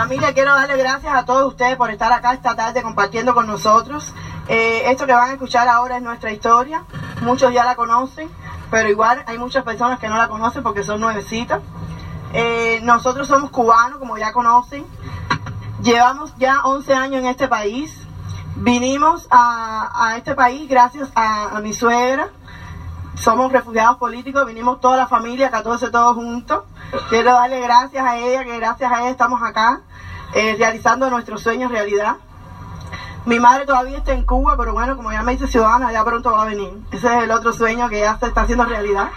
Familia, quiero darle gracias a todos ustedes por estar acá esta tarde compartiendo con nosotros. Esto que van a escuchar ahora es nuestra historia. Muchos ya la conocen, pero igual hay muchas personas que no la conocen porque son nuevecitas. Nosotros somos cubanos, como ya conocen. Llevamos ya 11 años en este país. Vinimos a este país gracias a mi suegra. Somos refugiados políticos, vinimos toda la familia, 14 todos juntos. Quiero darle gracias a ella, que gracias a ella estamos acá, realizando nuestros sueños realidad. Mi madre todavía está en Cuba, pero bueno, como ya me hice ciudadana, ya pronto va a venir. Ese es el otro sueño que ya se está haciendo realidad.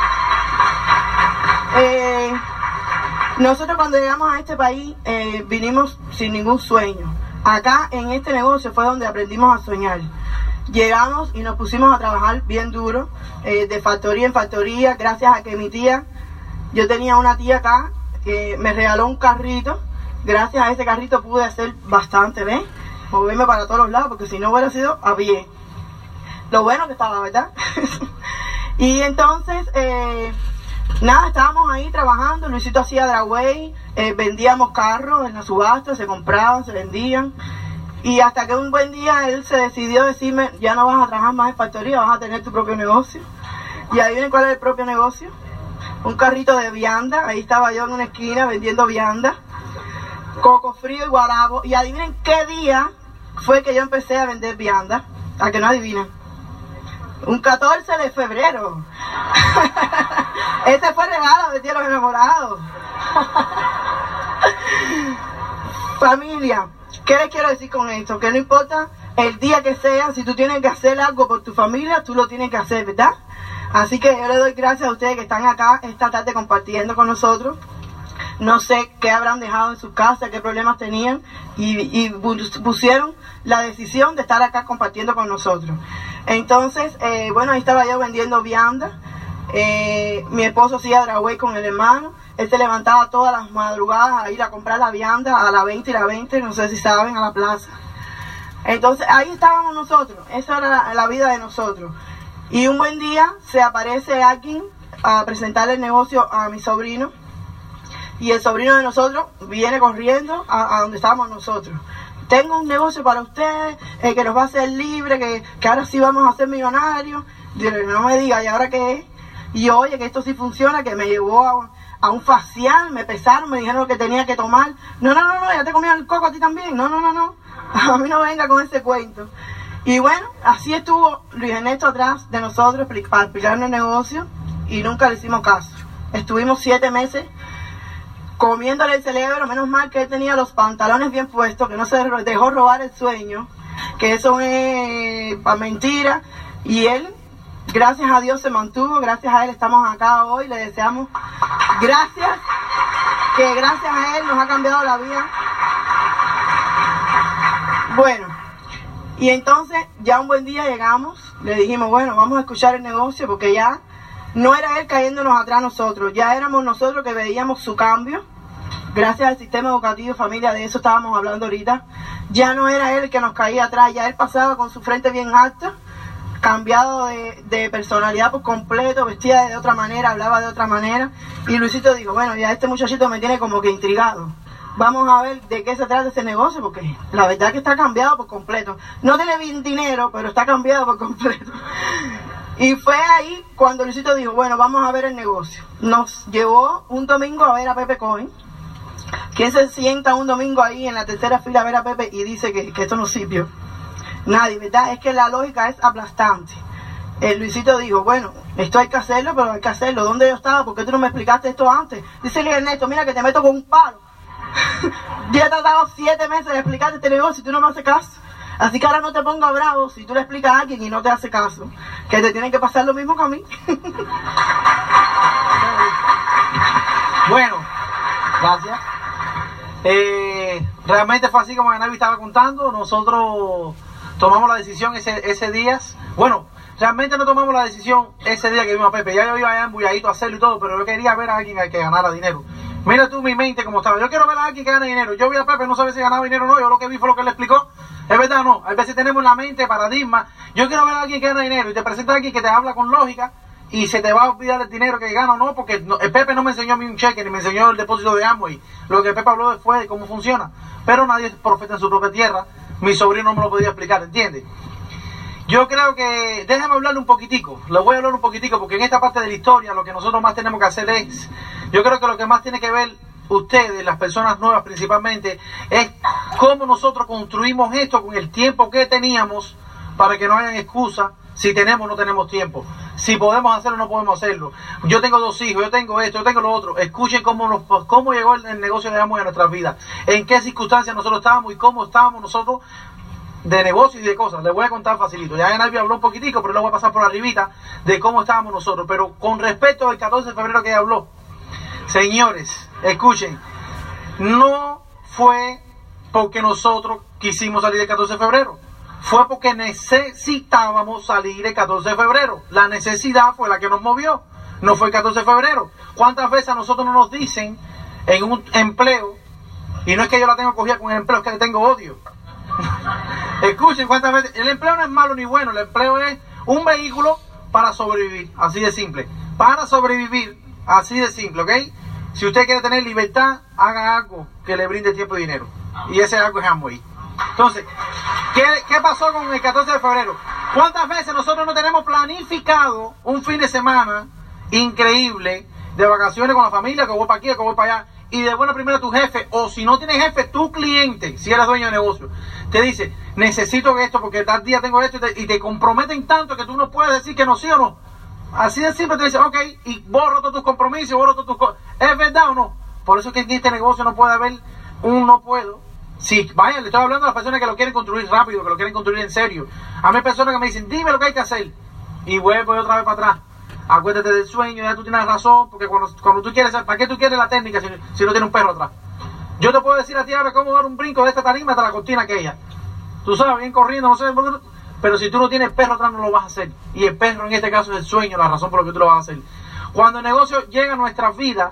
Nosotros cuando llegamos a este país, vinimos sin ningún sueño. Acá en este negocio fue donde aprendimos a soñar. Llegamos y nos pusimos a trabajar bien duro, de factoría en factoría, gracias a que mi tía, yo tenía una tía acá, que me regaló un carrito. Gracias a ese carrito pude hacer bastante, ¿ves? Moverme para todos los lados, porque si no hubiera sido a pie. Lo bueno que estaba, ¿verdad? Y entonces, nada, estábamos ahí trabajando. Luisito hacía dragway, vendíamos carros en la subasta, se compraban, se vendían. Y hasta que un buen día él se decidió decirme, ya no vas a trabajar más en factoría, vas a tener tu propio negocio. Y adivinen cuál es el propio negocio. Un carrito de vianda, ahí estaba yo en una esquina vendiendo vianda, coco frío y guarabo. Y adivinen qué día fue que yo empecé a vender vianda. ¿A que no adivinan? Un 14 de febrero. Ese fue el regalo de Día de los Enamorados. Familia, ¿qué les quiero decir con esto? Que no importa el día que sea, si tú tienes que hacer algo por tu familia, tú lo tienes que hacer, ¿verdad? Así que yo le doy gracias a ustedes que están acá esta tarde compartiendo con nosotros. No sé qué habrán dejado en sus casas, qué problemas tenían y pusieron la decisión de estar acá compartiendo con nosotros. Entonces, bueno, ahí estaba yo vendiendo vianda. Mi esposo hacía dragway con el hermano. Él se levantaba todas las madrugadas a ir a comprar la vianda a la 20 y la 20, no sé si saben, a la plaza. Entonces ahí estábamos nosotros, esa era la vida de nosotros. Y un buen día se aparece alguien a presentarle el negocio a mi sobrino. Y el sobrino de nosotros viene corriendo a donde estábamos nosotros. Tengo un negocio para ustedes, que nos va a hacer libre, que ahora sí vamos a ser millonarios. No me diga, ¿y ahora qué es? Y oye, que esto sí funciona, que me llevó a un facial, me pesaron, me dijeron lo que tenía que tomar. No, ya te comieron el coco a ti también. No. A mí no venga con ese cuento. Y bueno, así estuvo Luis Ernesto atrás de nosotros para explicarnos el negocio y nunca le hicimos caso. Estuvimos 7 meses comiéndole el cerebro, menos mal que él tenía los pantalones bien puestos, que no se dejó robar el sueño, que eso es para mentira. Y él, gracias a Dios, se mantuvo, gracias a él estamos acá hoy, le deseamos gracias, que gracias a él nos ha cambiado la vida. Bueno, y entonces ya un buen día llegamos, le dijimos, bueno, vamos a escuchar el negocio, porque ya no era él cayéndonos atrás nosotros, ya éramos nosotros que veíamos su cambio. Gracias al sistema educativo, familia, de eso estábamos hablando ahorita. Ya no era él el que nos caía atrás, ya él pasaba con su frente bien alta, cambiado de personalidad por completo, vestía de otra manera, hablaba de otra manera. Y Luisito dijo, bueno, ya este muchachito me tiene como que intrigado. Vamos a ver de qué se trata ese negocio, porque la verdad es que está cambiado por completo. No tiene bien dinero, pero está cambiado por completo. Y fue ahí cuando Luisito dijo, bueno, vamos a ver el negocio. Nos llevó un domingo a ver a Pepe Cohen. ¿Quién se sienta un domingo ahí en la tercera fila a ver a Pepe y dice que esto no sirvió? Nadie, ¿verdad? Es que la lógica es aplastante. El Luisito dijo, bueno, esto hay que hacerlo, pero hay que hacerlo. ¿Dónde yo estaba? ¿Por qué tú no me explicaste esto antes? Dice Luis Ernesto, mira que te meto con un palo. Yo he tratado 7 meses de explicarte este negocio y tú no me haces caso. Así que ahora no te pongas bravo si tú le explicas a alguien y no te hace caso. Que te tienen que pasar lo mismo que a mí. Bueno, gracias. Realmente fue así como Navi estaba contando. Nosotros tomamos la decisión ese día. Bueno, realmente no tomamos la decisión ese día que vimos a Pepe. Ya yo iba allá embulladito a hacerlo y todo, pero yo quería ver a alguien que ganara dinero. Mira tú mi mente como estaba. Yo quiero ver a alguien que gane dinero. Yo vi a Pepe, no sabía si ganaba dinero o no. Yo lo que vi fue lo que él explicó. Es verdad o no. A veces tenemos en la mente paradigma. Yo quiero ver a alguien que gane dinero y te presenta a alguien que te habla con lógica y se te va a olvidar el dinero que gana o no, porque el Pepe no me enseñó a mí un cheque, ni me enseñó el depósito de Amway. Lo que Pepe habló fue de cómo funciona. Pero nadie es profeta en su propia tierra. Mi sobrino no me lo podía explicar, ¿entiendes? Yo creo que, déjame hablarle un poquitico, les voy a hablar un poquitico, porque en esta parte de la historia lo que nosotros más tenemos que hacer es, yo creo que lo que más tiene que ver ustedes, las personas nuevas principalmente, es cómo nosotros construimos esto con el tiempo que teníamos, para que no hayan excusas, si tenemos o no tenemos tiempo, si podemos hacerlo o no podemos hacerlo. Yo tengo 2 hijos, yo tengo esto, yo tengo lo otro. Escuchen cómo llegó el negocio de Amway a nuestras vidas, en qué circunstancias nosotros estábamos y cómo estábamos nosotros de negocios y de cosas. Les voy a contar facilito. Ya Yanaivi habló un poquitico, pero le voy a pasar por arribita de cómo estábamos nosotros. Pero con respecto al 14 de febrero que habló, señores, escuchen, no fue porque nosotros quisimos salir el 14 de febrero. Fue porque necesitábamos salir el 14 de febrero. La necesidad fue la que nos movió. No fue el 14 de febrero. ¿Cuántas veces a nosotros no nos dicen en un empleo, y no es que yo la tengo cogida con el empleo, es que le tengo odio? Escuchen cuántas veces, el empleo no es malo ni bueno, el empleo es un vehículo para sobrevivir, así de simple, para sobrevivir, así de simple, ¿ok? Si usted quiere tener libertad, haga algo que le brinde tiempo y dinero, y ese algo es Amway. Entonces, ¿qué pasó con el 14 de febrero? ¿Cuántas veces nosotros no tenemos planificado un fin de semana increíble de vacaciones con la familia, que voy para aquí, que voy para allá? Y de buena primera tu jefe, o si no tienes jefe, tu cliente, si eres dueño de negocio, te dice, necesito esto porque tal día tengo esto, y te comprometen tanto que tú no puedes decir que no, sí o no. Así de simple, te dice, ok, y borro todos tus compromisos, borro todas tus cosas. ¿Es verdad o no? Por eso es que en este negocio no puede haber un no puedo. Sí, vaya, le estoy hablando a las personas que lo quieren construir rápido, que lo quieren construir en serio. A mí hay personas que me dicen, dime lo que hay que hacer, y vuelvo otra vez para atrás. Acuérdate del sueño, ya tú tienes razón, porque cuando tú quieres, ¿para qué tú quieres la técnica si no tienes un perro atrás? Yo te puedo decir a ti ahora cómo dar un brinco de esta tarima hasta la cortina aquella. Tú sabes, bien corriendo, no sé, pero si tú no tienes perro atrás no lo vas a hacer. Y el perro en este caso es el sueño, la razón por la que tú lo vas a hacer. Cuando el negocio llega a nuestras vidas,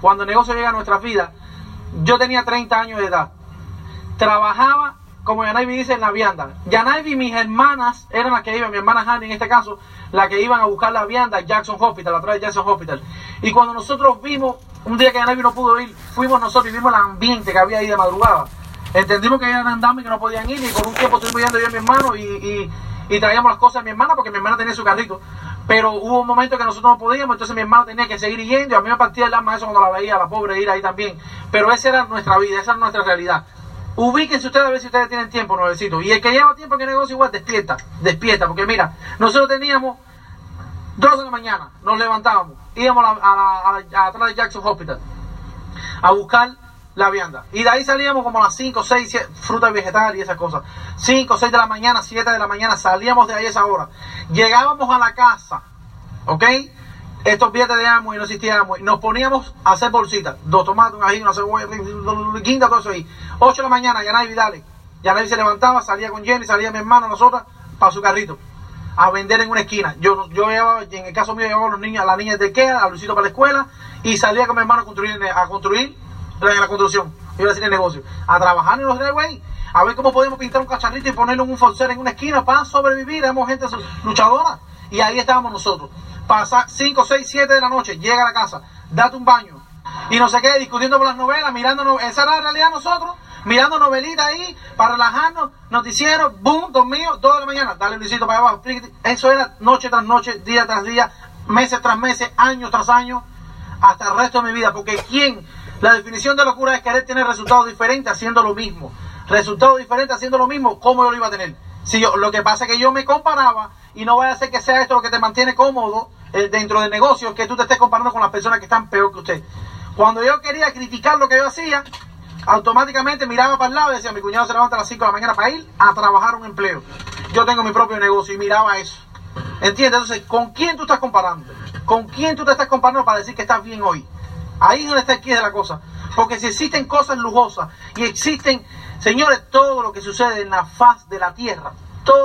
yo tenía 30 años de edad. Trabajaba, como Yanaivi dice, en la vianda. Yanaivi y mis hermanas eran las que iban, mi hermana Hani en este caso, la que iban a buscar la vianda a Jackson Hospital, atrás de Jackson Hospital. Y cuando nosotros vimos, un día que Yanaivi no pudo ir, fuimos nosotros y vimos el ambiente que había ahí de madrugada. Entendimos que eran damas y que no podían ir, y por un tiempo estuvimos yendo yo a mi hermano y traíamos las cosas de mi hermana porque mi hermana tenía su carrito. Pero hubo un momento que nosotros no podíamos, entonces mi hermano tenía que seguir yendo, y a mí me partía el alma eso cuando la veía, a la pobre ir ahí también. Pero esa era nuestra vida, esa era nuestra realidad. Ubíquense ustedes a ver si ustedes tienen tiempo, nuevecitos. Y el que lleva tiempo en el negocio igual despierta, porque mira, nosotros teníamos 2 de la mañana, nos levantábamos, íbamos atrás de Jackson Hospital a buscar la vianda. Y de ahí salíamos como a las 5, 6, 7, frutas y vegetales y esas cosas. 5, 6 de la mañana, 7 de la mañana, salíamos de ahí a esa hora. Llegábamos a la casa, ¿ok? Estos billetes de Amway, no existía Amway, nos poníamos a hacer bolsitas, 2 tomates, un ají, una cebolla, guinda, todo eso ahí. 8 de la mañana, Yanaivi, dale. Yanaivi se levantaba, salía con Jenny, salía mi hermano, nosotras, para su carrito, a vender en una esquina. Yo llevaba, en el caso mío, llevaba a los niños, a las niñas de IKEA, a Luisito para la escuela, y salía con mi hermano a construir en la construcción, iba a decir el negocio, a trabajar en los driveways, a ver cómo podemos pintar un cacharrito y ponerlo en un forcer en una esquina para sobrevivir. Éramos gente luchadora, y ahí estábamos nosotros. Pasa 5, 6, 7 de la noche, llega a la casa, date un baño, y no sé qué, discutiendo por las novelas, mirando, esa era la realidad de nosotros, mirando novelitas ahí, para relajarnos, noticieros, boom, dormido, 2 de la mañana, dale Luisito para abajo, eso era noche tras noche, día tras día, meses tras meses, años tras años, hasta el resto de mi vida, porque la definición de locura es querer tener resultados diferentes haciendo lo mismo, ¿cómo yo lo iba a tener? Lo que pasa es que yo me comparaba, y no vaya a ser que sea esto lo que te mantiene cómodo dentro del negocio, que tú te estés comparando con las personas que están peor que usted. Cuando yo quería criticar lo que yo hacía, automáticamente miraba para el lado y decía, mi cuñado se levanta a las 5 de la mañana para ir a trabajar un empleo. Yo tengo mi propio negocio, y miraba eso. ¿Entiendes? Entonces, ¿con quién tú estás comparando? ¿Con quién tú te estás comparando para decir que estás bien hoy? Ahí es donde está el quid de la cosa. Porque si existen cosas lujosas y existen, señores, todo lo que sucede en la faz de la tierra,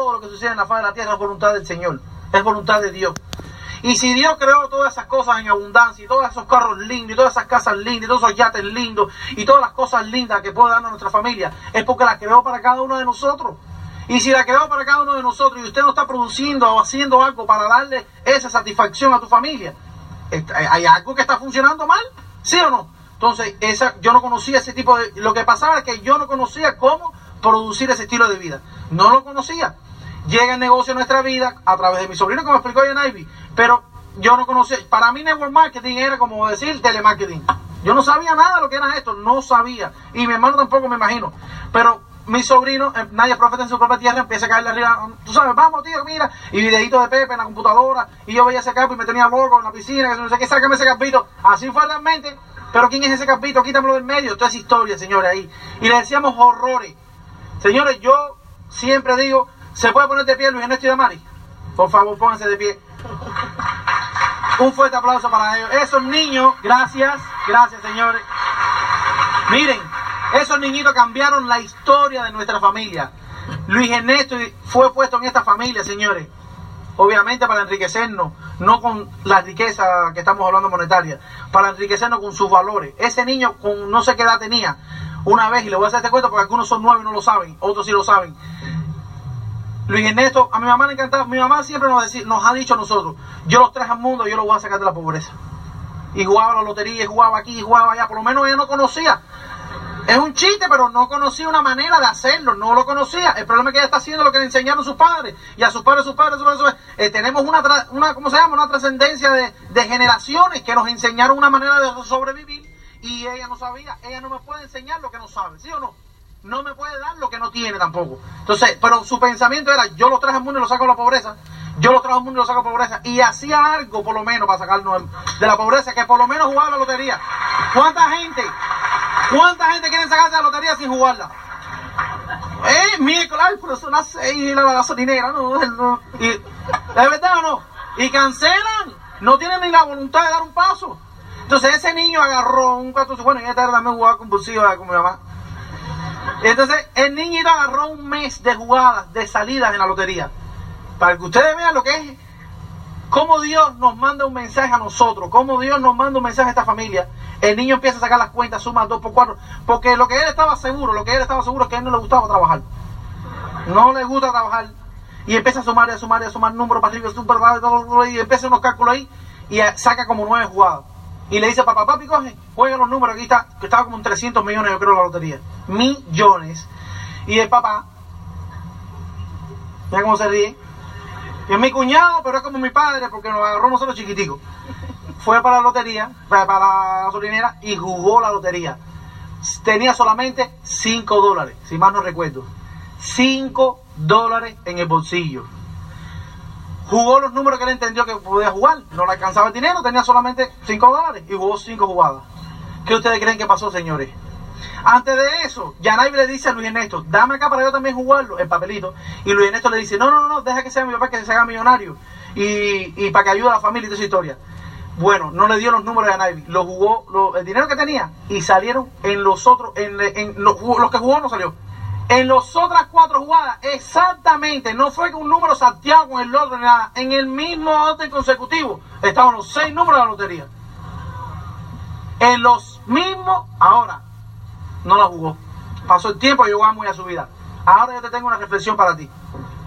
es voluntad del Señor, es voluntad de Dios. Y si Dios creó todas esas cosas en abundancia, y todos esos carros lindos, y todas esas casas lindas, y todos esos yates lindos, y todas las cosas lindas que puede darnos nuestra familia, es porque las creó para cada uno de nosotros. Y si la creó para cada uno de nosotros y usted no está produciendo o haciendo algo para darle esa satisfacción a tu familia, ¿hay algo que está funcionando mal? ¿Sí o no? Entonces, yo no conocía ese tipo de... Lo que pasaba es que yo no conocía cómo producir ese estilo de vida. No lo conocía. Llega el negocio a nuestra vida a través de mi sobrino, como explicó Yanaivi, pero yo no conocía. Para mí network marketing era como decir telemarketing. Yo no sabía nada de lo que era esto, no sabía. Y mi hermano tampoco, me imagino. Pero mi sobrino, nadie es profeta en su propia tierra, empieza a caerle arriba. Tú sabes, vamos tío, mira. Y videitos de Pepe en la computadora. Y yo veía ese capo y me tenía loco en la piscina, que no sé qué, sácame ese capito. Así fue realmente. Pero ¿quién es ese capito? Quítamelo del medio. Toda esa historia, señores, ahí. Y le decíamos horrores. Señores, yo siempre digo, ¿se puede poner de pie Luis Ernesto y Damari? Por favor, pónganse de pie. Un fuerte aplauso para ellos. Esos niños, gracias señores. Miren, esos niñitos cambiaron la historia de nuestra familia. Luis Ernesto fue puesto en esta familia, señores. Obviamente para enriquecernos, no con la riqueza que estamos hablando monetaria, para enriquecernos con sus valores. Ese niño con no sé qué edad tenía, una vez, y le voy a hacer este cuento porque algunos son nuevos y no lo saben, otros sí lo saben. Luis Ernesto, a mi mamá le encantaba, mi mamá siempre nos ha dicho a nosotros, yo los traje al mundo, yo los voy a sacar de la pobreza. Y jugaba a la lotería, y jugaba aquí, y jugaba allá, por lo menos ella no conocía. Es un chiste, pero no conocía una manera de hacerlo, no lo conocía. El problema es que ella está haciendo lo que le enseñaron sus padres, y a sus padres. Tenemos ¿cómo se llama? Una trascendencia de generaciones que nos enseñaron una manera de sobrevivir, y ella no sabía. Ella no me puede enseñar lo que no sabe, ¿sí o no? No me puede dar lo que no tiene tampoco. Entonces, pero su pensamiento era, yo los traje al mundo y los saco de la pobreza. Yo los trajo al mundo y los saco de la pobreza. Y hacía algo por lo menos para sacarnos de la pobreza, que por lo menos jugaba la lotería. ¿Cuánta gente quiere sacarse de la lotería sin jugarla? Miércoles, pero son las 6 la gasolinera, no. Y, ¿es verdad o no? Y cancelan. No tienen ni la voluntad de dar un paso. Entonces ese niño agarró un 14. Bueno, en esta era también jugaba compulsiva con mi mamá. Entonces el niñito agarró un mes de jugadas, de salidas en la lotería. Para que ustedes vean lo que es, cómo Dios nos manda un mensaje a nosotros, cómo Dios nos manda un mensaje a esta familia. El niño empieza a sacar las cuentas, suma 2 por 4, porque lo que él estaba seguro es que a él no le gustaba trabajar. No le gusta trabajar. Y empieza a sumar y a sumar y a sumar números para arriba, y empieza unos cálculos ahí, y saca como 9 jugadas. Y le dice, papá, papi, coge, juega los números, aquí está, que estaba como en 300 millones, yo creo, la lotería. Millones. Y el papá, mira cómo se ríe. Y es mi cuñado, pero es como mi padre, porque nos agarró nosotros chiquiticos. Fue para la lotería, para la gasolinera, y jugó la lotería. Tenía solamente $5, si mal no recuerdo. $5 en el bolsillo. Jugó los números que él entendió que podía jugar. No le alcanzaba el dinero, tenía solamente $5 y jugó 5 jugadas. ¿Qué ustedes creen que pasó, señores? Antes de eso, Yanaivi le dice a Luis Ernesto, dame acá para yo también jugarlo, el papelito. Y Luis Ernesto le dice, no, deja que sea mi papá, que se haga millonario. Y para que ayude a la familia y toda esa historia. Bueno, no le dio los números a Yanaivi, lo jugó, el dinero que tenía, y salieron en los otros, los que jugó no salió. En las otras 4 jugadas, exactamente, no fue que un número salteado con el otro ni nada, en el mismo orden consecutivo, estaban los 6 números de la lotería. En los mismos, ahora, no la jugó. Pasó el tiempo y llegó muy a su vida. Ahora yo te tengo una reflexión para ti.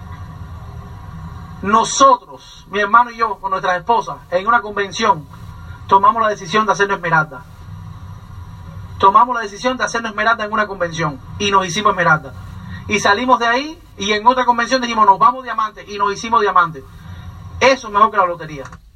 Nosotros, mi hermano y yo, con nuestras esposas, en una convención, tomamos la decisión de hacernos esmeralda. Tomamos la decisión de hacernos esmeralda en una convención y nos hicimos esmeralda. Y salimos de ahí y en otra convención dijimos nos vamos diamante y nos hicimos diamante. Eso es mejor que la lotería.